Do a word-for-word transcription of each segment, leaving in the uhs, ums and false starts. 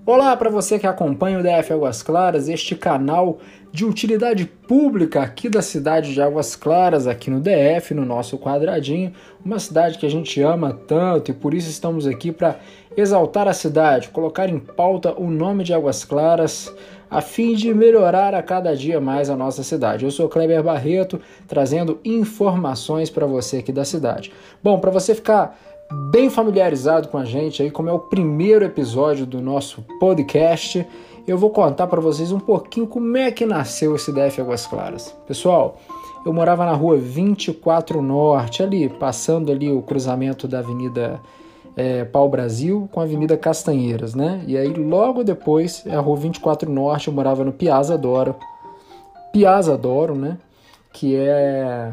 Olá para você que acompanha o D F Águas Claras, este canal de utilidade pública aqui da cidade de Águas Claras, aqui no D F, no nosso quadradinho, uma cidade que a gente ama tanto e por isso estamos aqui para exaltar a cidade, colocar em pauta o nome de Águas Claras, a fim de melhorar a cada dia mais a nossa cidade. Eu sou Kleber Barreto, trazendo informações para você aqui da cidade. Bom, para você ficar bem familiarizado com a gente aí, como é o primeiro episódio do nosso podcast, eu vou contar para vocês um pouquinho como é que nasceu esse D F Águas Claras. Pessoal, eu morava na rua vinte e quatro Norte, ali, passando ali o cruzamento da Avenida é, Pau Brasil com a Avenida Castanheiras, né? E aí logo depois, a rua vinte e quatro Norte, eu morava no Piazza Doro, Piazza Doro, né? Que é...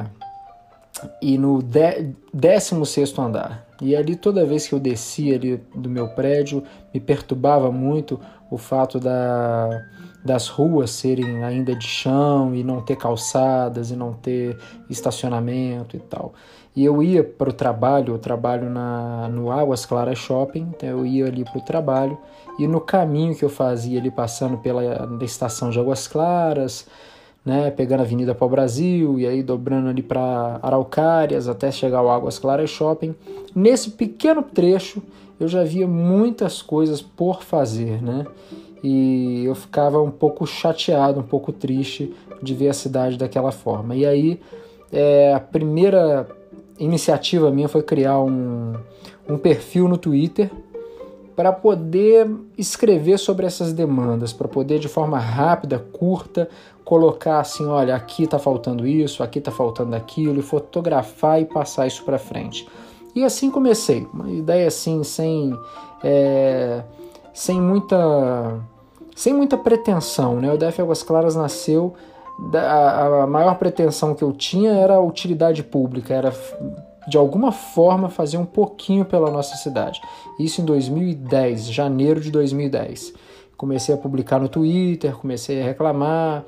e no décimo sexto andar. E ali toda vez que eu descia ali do meu prédio, me perturbava muito o fato da, das ruas serem ainda de chão e não ter calçadas e não ter estacionamento e tal. E eu ia para o trabalho, eu trabalho na, no Águas Claras Shopping, então eu ia ali para o trabalho e no caminho que eu fazia ali passando pela estação de Águas Claras, né, pegando a Avenida Pau Brasil e aí dobrando ali para Araucárias até chegar ao Águas Claras Shopping. Nesse pequeno trecho eu já via muitas coisas por fazer, né? E eu ficava um pouco chateado, um pouco triste de ver a cidade daquela forma. E aí é, a primeira iniciativa minha foi criar um, um perfil no Twitter para poder escrever sobre essas demandas, para poder de forma rápida, curta, colocar assim, olha, aqui está faltando isso, aqui está faltando aquilo, e fotografar e passar isso para frente. E assim comecei, uma ideia assim, sem, é, sem, muita, sem muita pretensão, né? O D F Águas Claras nasceu, da, a maior pretensão que eu tinha era a utilidade pública, era de alguma forma fazer um pouquinho pela nossa cidade. Isso em dois mil e dez, janeiro de dois mil e dez. Comecei a publicar no Twitter, comecei a reclamar,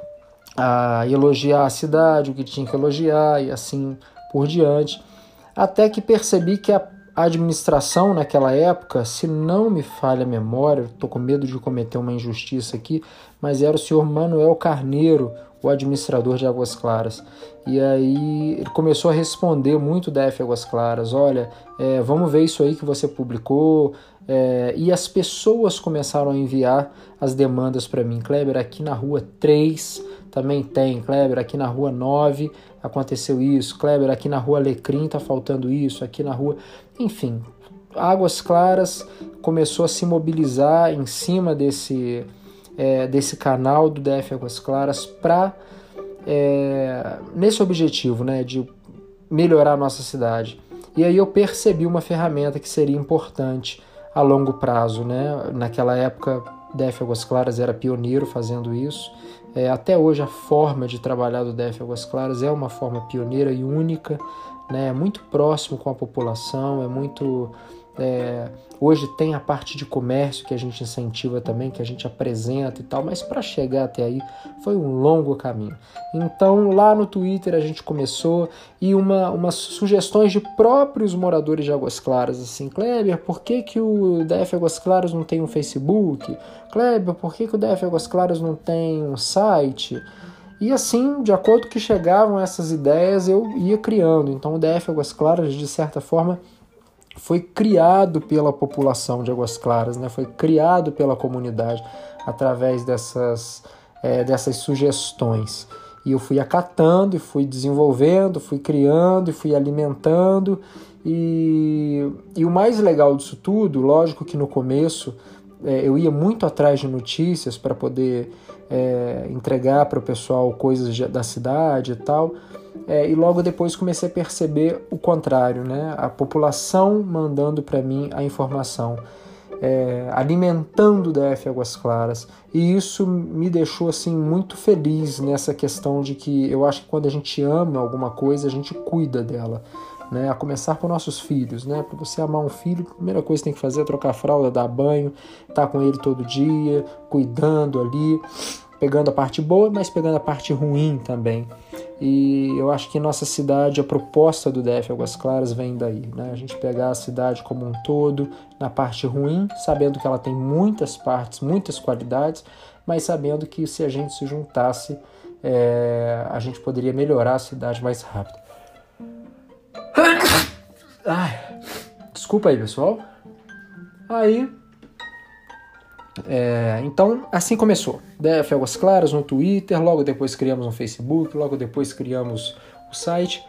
a elogiar a cidade, o que tinha que elogiar e assim por diante. Até que percebi que a administração naquela época, se não me falha a memória, estou com medo de cometer uma injustiça aqui, mas era o senhor Manuel Carneiro, o administrador de Águas Claras. E aí ele começou a responder muito D F Águas Claras, olha, é, vamos ver isso aí que você publicou, é, e as pessoas começaram a enviar as demandas para mim. Kleber, aqui na rua três também tem, Kleber, aqui na rua nove aconteceu isso, Kleber, aqui na rua Alecrim tá faltando isso, aqui na rua... Enfim, Águas Claras começou a se mobilizar em cima desse... É, desse canal do D F Águas Claras para é, nesse objetivo, né, de melhorar a nossa cidade. E aí eu percebi uma ferramenta que seria importante a longo prazo, né? Naquela época D F Águas Claras era pioneiro fazendo isso. É, até hoje a forma de trabalhar do D F Águas Claras é uma forma pioneira e única, né? É muito próximo com a população, é muito... É, hoje tem a parte de comércio que a gente incentiva também, que a gente apresenta e tal, mas para chegar até aí foi um longo caminho. Então lá no Twitter a gente começou e uma, umas sugestões de próprios moradores de Águas Claras, assim, Kleber, por que, que o D F Águas Claras não tem um Facebook? Kleber, por que, que o D F Águas Claras não tem um site? E assim, de acordo com que chegavam essas ideias, eu ia criando. Então o D F Águas Claras, de certa forma, foi criado pela população de Águas Claras, né? Foi criado pela comunidade através dessas, é, dessas sugestões. E eu fui acatando, e fui desenvolvendo, fui criando, e fui alimentando. E, e o mais legal disso tudo, lógico que no começo é, eu ia muito atrás de notícias para poder é, entregar para o pessoal coisas da cidade e tal. É, e logo depois comecei a perceber o contrário, né? A população mandando para mim a informação, é, alimentando o D F Águas Claras. E isso me deixou assim, muito feliz nessa questão de que eu acho que quando a gente ama alguma coisa, a gente cuida dela. Né? A começar por nossos filhos. Né? Para você amar um filho, a primeira coisa que tem que fazer é trocar a fralda, dar banho, estar com ele todo dia, cuidando ali, pegando a parte boa, mas pegando a parte ruim também. E eu acho que nossa cidade, a proposta do D F Águas Claras vem daí, né? A gente pegar a cidade como um todo, na parte ruim, sabendo que ela tem muitas partes, muitas qualidades, mas sabendo que se a gente se juntasse, é, a gente poderia melhorar a cidade mais rápido. Ai, desculpa aí, pessoal. Aí, é, então, assim começou. D F Águas Claras no Twitter, logo depois criamos um Facebook, logo depois criamos o site.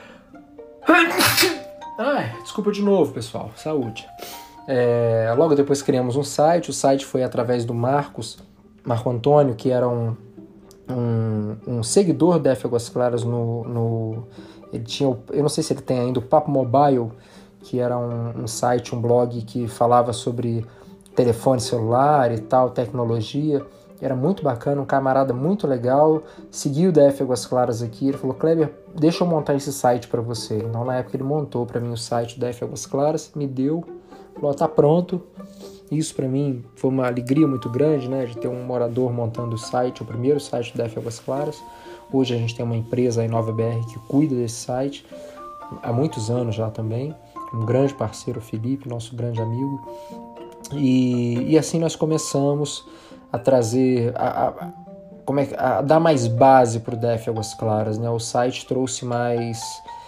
Ai, desculpa de novo, pessoal. Saúde. É, logo depois criamos um site. O site foi através do Marcos, Marco Antônio, que era um, um, um seguidor da D F Águas Claras no... no ele tinha, eu não sei se ele tem ainda, o Papo Mobile, que era um, um site, um blog que falava sobre telefone celular e tal, tecnologia. Era muito bacana, um camarada muito legal. Seguiu o D F Águas Claras aqui. Ele falou: Kleber, deixa eu montar esse site para você. Então, na época, ele montou para mim o site do D F Águas Claras, me deu, falou: tá pronto. Isso para mim foi uma alegria muito grande, né, de ter um morador montando o site, o primeiro site do D F Águas Claras. Hoje a gente tem uma empresa, a Inova B R, que cuida desse site há muitos anos já também. Um grande parceiro, o Felipe, nosso grande amigo. E, e assim nós começamos a trazer, a, a, como é, a dar mais base para o D F Águas Claras, né? O site trouxe mais,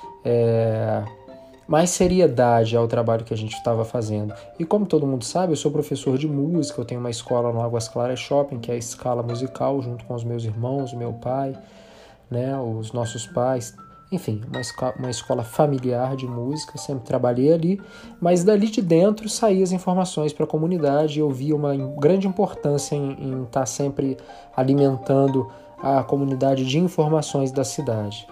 é, mais seriedade ao trabalho que a gente estava fazendo. E como todo mundo sabe, eu sou professor de música, eu tenho uma escola no Águas Claras Shopping, que é a Escala Musical, junto com os meus irmãos, o meu pai, né, os nossos pais. Enfim, uma escola, uma escola familiar de música, sempre trabalhei ali, mas dali de dentro saíam as informações para a comunidade. Eu via uma grande importância em estar tá sempre alimentando a comunidade de informações da cidade.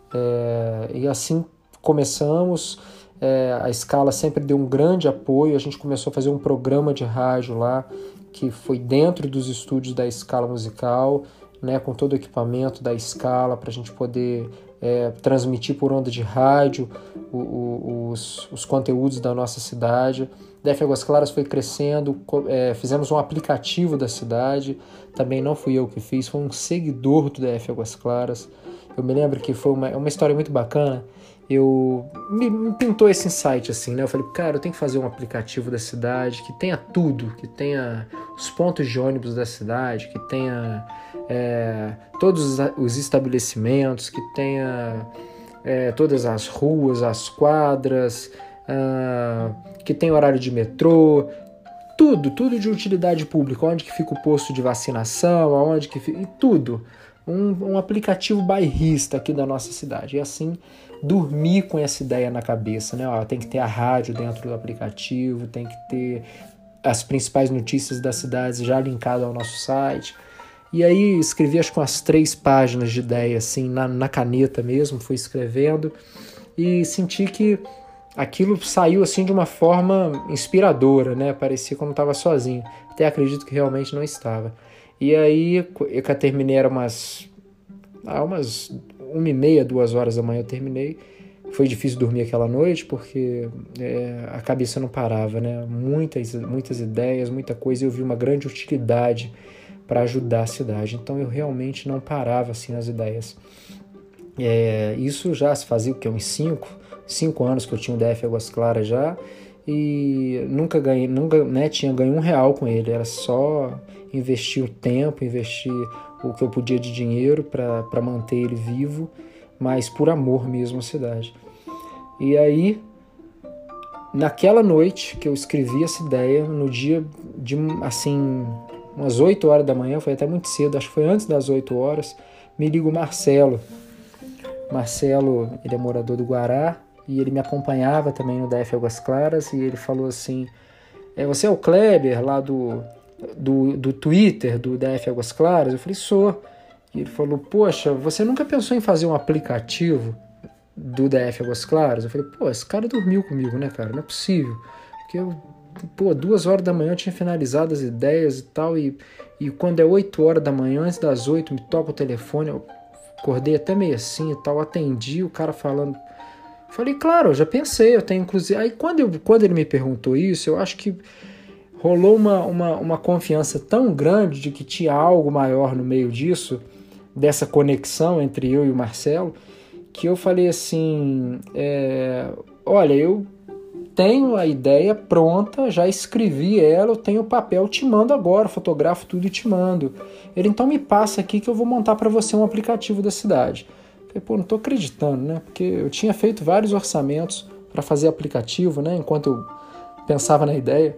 É, e assim começamos, é, a Escala sempre deu um grande apoio, a gente começou a fazer um programa de rádio lá, que foi dentro dos estúdios da Escala Musical, né, com todo o equipamento da Escala, para a gente poder é, transmitir por onda de rádio o, o, os, os conteúdos da nossa cidade. D F Águas Claras foi crescendo, é, fizemos um aplicativo da cidade, também não fui eu que fiz, foi um seguidor do D F Águas Claras. Eu me lembro que foi uma, uma história muito bacana. Eu me, me pintou esse insight assim, né? Eu falei, cara, eu tenho que fazer um aplicativo da cidade que tenha tudo, que tenha os pontos de ônibus da cidade, que tenha é, todos os estabelecimentos, que tenha é, todas as ruas, as quadras, uh, que tenha horário de metrô, tudo, tudo de utilidade pública, onde que fica o posto de vacinação, aonde que fica, e tudo. Um, um aplicativo bairrista aqui da nossa cidade. E assim, dormir com essa ideia na cabeça, né? Ó, tem que ter a rádio dentro do aplicativo, tem que ter as principais notícias das cidades já linkado ao nosso site. E aí escrevi acho que umas três páginas de ideia, assim, na, na caneta mesmo, fui escrevendo e senti que aquilo saiu assim de uma forma inspiradora, né? Parecia que eu não estava sozinho. Até acredito que realmente não estava. E aí, eu que terminei, era umas, ah, umas uma e meia, duas horas da manhã eu terminei. Foi difícil dormir aquela noite, porque é, a cabeça não parava, né? Muitas, muitas ideias, muita coisa, e eu vi uma grande utilidade para ajudar a cidade. Então, eu realmente não parava assim nas ideias. É, isso já se fazia o quê? Uns cinco, cinco anos que eu tinha o D F Águas Claras já, e nunca ganhei, nunca, né, tinha ganho um real com ele, era só investir o tempo, investir o que eu podia de dinheiro para manter ele vivo, mas por amor mesmo à cidade. E aí, naquela noite que eu escrevi essa ideia, no dia de, assim, umas oito horas da manhã, foi até muito cedo, acho que foi antes das oito horas, me liga o Marcelo. Marcelo, ele é morador do Guará, e ele me acompanhava também no D F Águas Claras, e ele falou assim, é, você é o Kleber lá do, do, do Twitter do D F Águas Claras? Eu falei, sou. E ele falou, poxa, você nunca pensou em fazer um aplicativo do D F Águas Claras? Eu falei, pô, esse cara dormiu comigo, né, cara? Não é possível. Porque eu, pô, duas horas da manhã eu tinha finalizado as ideias e tal, e, e quando é oito horas da manhã, antes das oito, me toca o telefone, eu acordei até meio assim e tal, atendi o cara falando. Falei, claro, eu já pensei, eu tenho inclusive... Aí quando, eu, quando ele me perguntou isso, eu acho que rolou uma, uma, uma confiança tão grande de que tinha algo maior no meio disso, dessa conexão entre eu e o Marcelo, que eu falei assim, é, olha, eu tenho a ideia pronta, já escrevi ela, eu tenho o papel, te mando agora, fotografo tudo e te mando. Ele, então me passa aqui que eu vou montar para você um aplicativo da cidade. Eu falei, pô, não tô acreditando, né? Porque eu tinha feito vários orçamentos para fazer aplicativo, né? Enquanto eu pensava na ideia.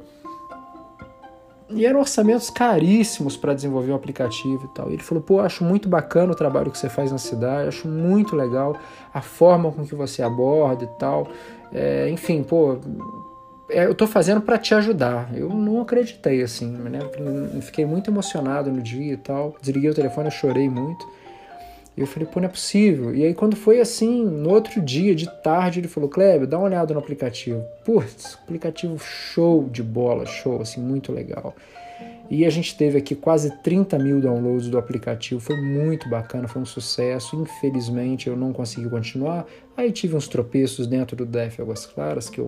E eram orçamentos caríssimos para desenvolver um aplicativo e tal. E ele falou, pô, acho muito bacana o trabalho que você faz na cidade, acho muito legal a forma com que você aborda e tal. É, enfim, pô, é, eu tô fazendo para te ajudar. Eu não acreditei, assim, né? Eu fiquei muito emocionado no dia e tal. Desliguei o telefone, eu chorei muito. E eu falei, pô, não é possível. E aí quando foi assim, no outro dia, de tarde, ele falou, Kleber, dá uma olhada no aplicativo. Putz, aplicativo show de bola, show, assim, muito legal. E a gente teve aqui quase trinta mil downloads do aplicativo, foi muito bacana, foi um sucesso. Infelizmente eu não consegui continuar. Aí tive uns tropeços dentro do D F Águas Claras, que eu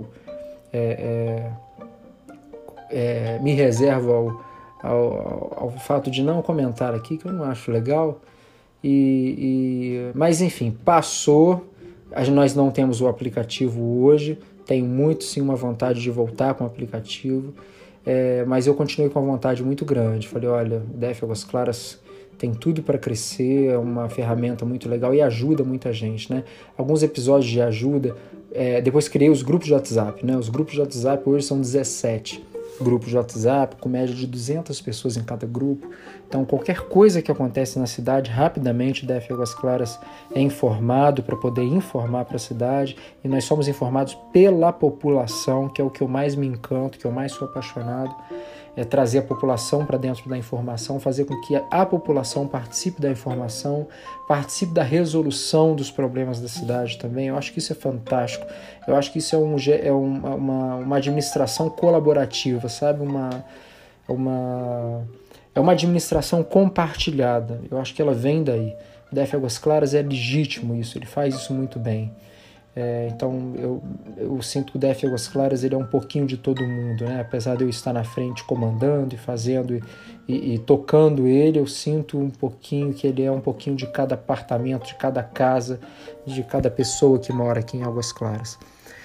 é, é, é, me reservo ao, ao, ao fato de não comentar aqui, que eu não acho legal. E, e, mas enfim, passou, nós não temos o aplicativo hoje, tenho muito sim uma vontade de voltar com o aplicativo, é, mas eu continuei com uma vontade muito grande. Falei, olha, o D F Águas Claras tem tudo para crescer, é uma ferramenta muito legal e ajuda muita gente, né? Alguns episódios de ajuda, é, depois criei os grupos de WhatsApp, né? Os grupos de WhatsApp hoje são dezessete grupos de WhatsApp, com média de duzentas pessoas em cada grupo. Então, qualquer coisa que acontece na cidade, rapidamente o D F Águas Claras é informado para poder informar para a cidade, e nós somos informados pela população, que é o que eu mais me encanto, que eu mais sou apaixonado, é trazer a população para dentro da informação, fazer com que a população participe da informação, participe da resolução dos problemas da cidade também. Eu acho que isso é fantástico. Eu acho que isso é, um, é uma, uma, uma administração colaborativa, sabe? Uma, uma, é uma administração compartilhada. Eu acho que ela vem daí. O D F Águas Claras é legítimo isso, ele faz isso muito bem. É, então eu, eu sinto que o D F Águas Claras ele é um pouquinho de todo mundo, né? Apesar de eu estar na frente comandando e fazendo e, e, e tocando ele, eu sinto um pouquinho que ele é um pouquinho de cada apartamento, de cada casa, de cada pessoa que mora aqui em Águas Claras.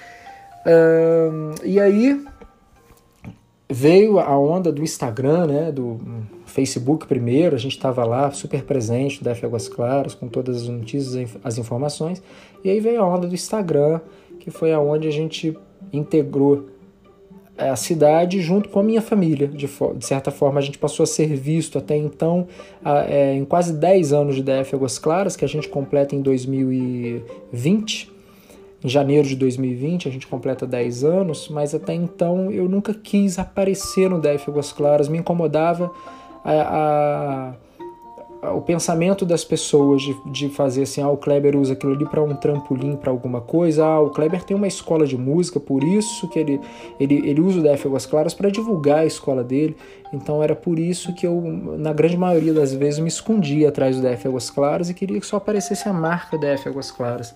Uh, e aí veio a onda do Instagram, né, do Facebook primeiro, a gente estava lá super presente no D F Águas Claras, com todas as notícias, as informações, e aí veio a onda do Instagram, que foi aonde a gente integrou a cidade junto com a minha família. De, de certa forma, a gente passou a ser visto até então, a, é, em quase dez anos de D F Águas Claras, que a gente completa em dois mil e vinte. Em janeiro de dois mil e vinte, a gente completa dez anos, mas até então eu nunca quis aparecer no D F Águas Claras, me incomodava a, a, a, o pensamento das pessoas de, de fazer assim, ah, o Kleber usa aquilo ali para um trampolim, para alguma coisa, ah, o Kleber tem uma escola de música, por isso que ele, ele, ele usa o D F Águas Claras para divulgar a escola dele. Então era por isso que eu, na grande maioria das vezes, me escondia atrás do D F Águas Claras e queria que só aparecesse a marca D F Águas Claras.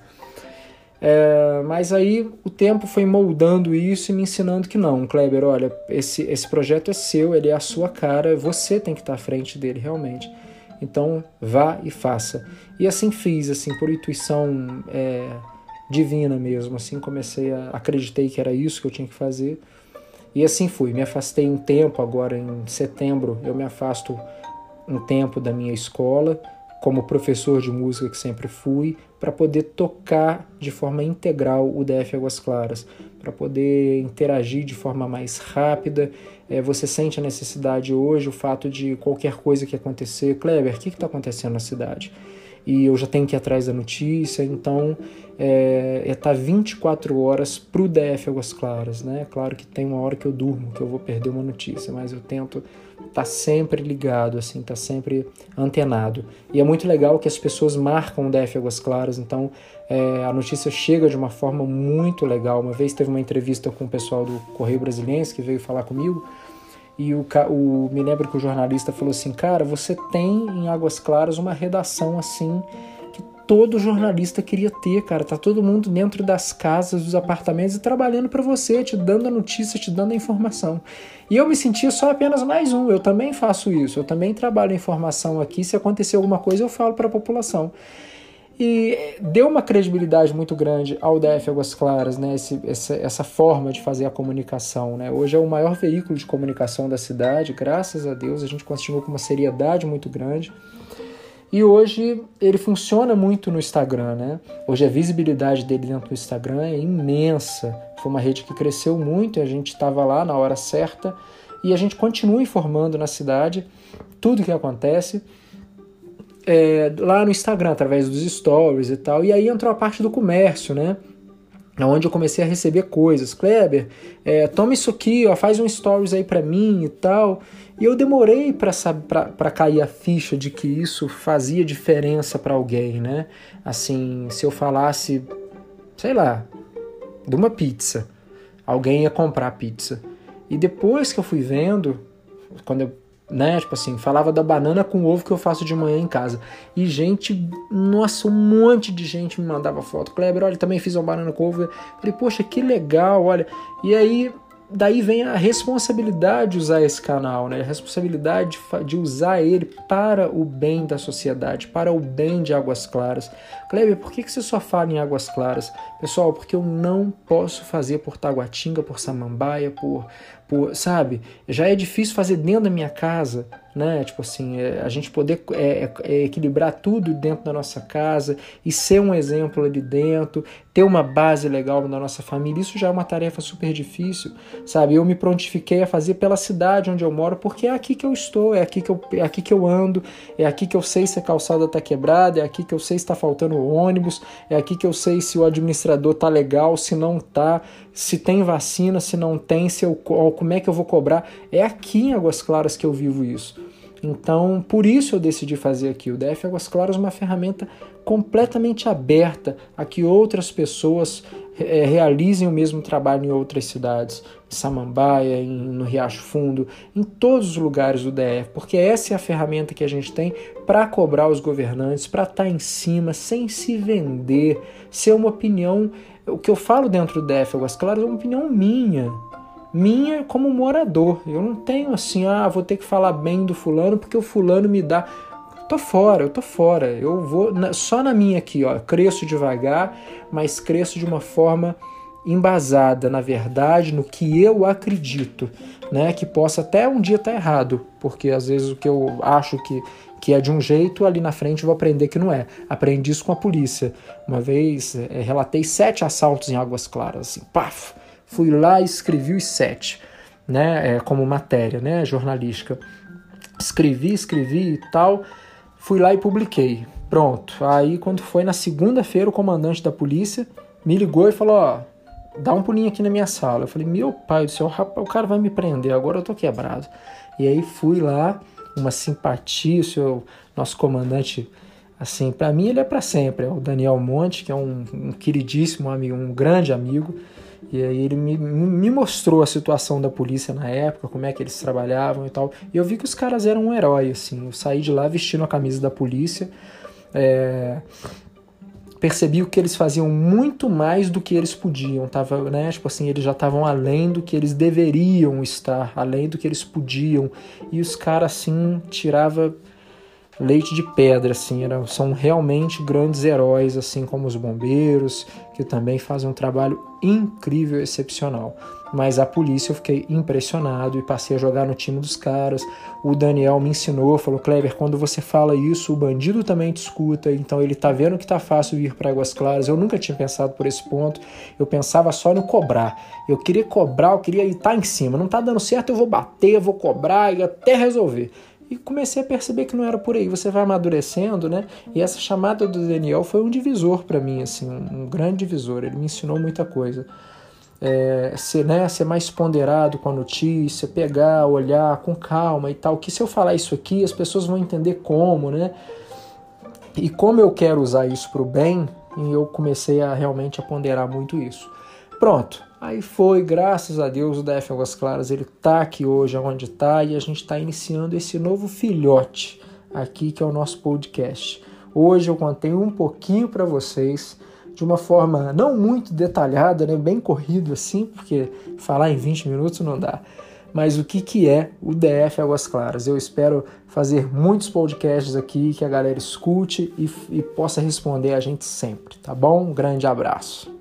É, mas aí o tempo foi moldando isso e me ensinando que não, Kleber, olha, esse, esse projeto é seu, ele é a sua cara, você tem que estar à frente dele realmente, então vá e faça. E assim fiz, assim, por intuição é, divina mesmo, assim comecei a, acreditei que era isso que eu tinha que fazer, e assim fui. Me afastei um tempo, agora em setembro eu me afasto um tempo da minha escola, como professor de música que sempre fui, para poder tocar de forma integral o D F Águas Claras, para poder interagir de forma mais rápida. É, você sente a necessidade hoje, o fato de qualquer coisa que acontecer, Kleber, o que está acontecendo na cidade? E eu já tenho que ir atrás da notícia, então é estar tá vinte e quatro horas para o D F Águas Claras, né? Claro que tem uma hora que eu durmo, que eu vou perder uma notícia, mas eu tento estar tá sempre ligado, assim, tá sempre antenado. E é muito legal que as pessoas marcam o D F Águas Claras, então é, a notícia chega de uma forma muito legal. Uma vez teve uma entrevista com o pessoal do Correio Brasiliense que veio falar comigo, e o, o, me lembro que o jornalista falou assim, cara, você tem em Águas Claras uma redação assim que todo jornalista queria ter, cara. Tá todo mundo dentro das casas, dos apartamentos e trabalhando para você, te dando a notícia, te dando a informação. E eu me sentia só apenas mais um. Eu também faço isso. Eu também trabalho a informação aqui. Se acontecer alguma coisa, eu falo para a população. E deu uma credibilidade muito grande ao D F Águas Claras, né? Esse, essa, essa forma de fazer a comunicação, né? Hoje é o maior veículo de comunicação da cidade, graças a Deus. A gente continua com uma seriedade muito grande. E hoje ele funciona muito no Instagram, né? Hoje a visibilidade dele dentro do Instagram é imensa. Foi uma rede que cresceu muito e a gente estava lá na hora certa. E a gente continua informando na cidade tudo o que acontece. É, lá no Instagram, através dos stories e tal, e aí entrou a parte do comércio, né, onde eu comecei a receber coisas. Kleber, é, toma isso aqui, ó, faz um stories aí pra mim e tal, e eu demorei pra, pra, pra cair a ficha de que isso fazia diferença pra alguém, né, assim, se eu falasse, sei lá, de uma pizza, alguém ia comprar pizza, e depois que eu fui vendo, quando eu né, tipo assim, falava da banana com ovo que eu faço de manhã em casa. E gente, nossa, um monte de gente me mandava foto. Kleber, olha, também fiz uma banana com ovo. Falei, poxa, que legal, olha. E aí, daí vem a responsabilidade de usar esse canal, né? A responsabilidade de usar ele para o bem da sociedade, para o bem de Águas Claras. Kleber, por que você só fala em Águas Claras? Pessoal, porque eu não posso fazer por Taguatinga, por Samambaia, por... Por, sabe, já é difícil fazer dentro da minha casa, né? Tipo assim, é, a gente poder é, é, equilibrar tudo dentro da nossa casa e ser um exemplo ali dentro, ter uma base legal na nossa família, isso já é uma tarefa super difícil, sabe? Eu me prontifiquei a fazer pela cidade onde eu moro, porque é aqui que eu estou, é aqui que eu, é aqui que eu ando, é aqui que eu sei se a calçada está quebrada, é aqui que eu sei se está faltando ônibus, é aqui que eu sei se o administrador tá legal, se não tá, se tem vacina, se não tem, se eu, como é que eu vou cobrar. É aqui em Águas Claras que eu vivo isso. Então, por isso eu decidi fazer aqui. O D F Águas Claras é uma ferramenta completamente aberta a que outras pessoas é, realizem o mesmo trabalho em outras cidades, em Samambaia, em, no Riacho Fundo, em todos os lugares do D F, porque essa é a ferramenta que a gente tem para cobrar os governantes, para estar em cima, sem se vender, ser uma opinião. O que eu falo dentro do D F Águas Claras é uma opinião minha, minha como morador. Eu não tenho assim, ah, vou ter que falar bem do fulano porque o fulano me dá. Tô fora, eu tô fora. Eu vou na, só na minha aqui, ó. Cresço devagar, mas cresço de uma forma embasada na verdade, no que eu acredito, né? Que possa até um dia estar errado, porque às vezes o que eu acho que que é de um jeito, ali na frente eu vou aprender que não é. Aprendi isso com a polícia. Uma vez é, relatei sete assaltos em Águas Claras, assim, paf, fui lá e escrevi os sete, né, é, como matéria, né, jornalística. Escrevi, escrevi e tal, fui lá e publiquei. Pronto. Aí quando foi na segunda-feira o comandante da polícia me ligou e falou, ó, dá um pulinho aqui na minha sala. Eu falei, meu pai do céu, rapaz, o cara vai me prender, agora eu tô quebrado. E aí fui lá, uma simpatia, o seu, nosso comandante, assim, para mim ele é para sempre, é o Daniel Monte, que é um, um queridíssimo amigo, um grande amigo, e aí ele me, me mostrou a situação da polícia na época, como é que eles trabalhavam e tal, e eu vi que os caras eram um herói, assim, eu saí de lá vestindo a camisa da polícia, é... percebi que eles faziam muito mais do que eles podiam, tava, né, tipo assim, eles já estavam além do que eles deveriam estar, além do que eles podiam, e os caras assim tiravam leite de pedra, assim, eram, são realmente grandes heróis, assim como os bombeiros, que também fazem um trabalho incrível, excepcional. Mas a polícia eu fiquei impressionado e passei a jogar no time dos caras. O Daniel me ensinou, falou, Kleber, quando você fala isso, o bandido também te escuta, então ele tá vendo que tá fácil vir para Águas Claras. Eu nunca tinha pensado por esse ponto, eu pensava só no cobrar. Eu queria cobrar, eu queria estar em cima, não tá dando certo, eu vou bater, eu vou cobrar e até resolver. E comecei a perceber que não era por aí, você vai amadurecendo, né? E essa chamada do Daniel foi um divisor para mim, assim, um, um grande divisor, ele me ensinou muita coisa. É, ser, né, ser mais ponderado com a notícia, pegar, olhar com calma e tal, que se eu falar isso aqui, as pessoas vão entender como, né? E como eu quero usar isso para o bem, eu comecei a realmente a ponderar muito isso. Pronto, aí foi, graças a Deus, o D F Águas Claras, ele tá aqui hoje, onde está, e a gente está iniciando esse novo filhote aqui, que é o nosso podcast. Hoje eu contei um pouquinho para vocês, de uma forma não muito detalhada, né, bem corrido assim, porque falar em vinte minutos não dá. Mas o que, que é o D F Águas Claras? Eu espero fazer muitos podcasts aqui, que a galera escute e, e possa responder a gente sempre, tá bom? Um grande abraço.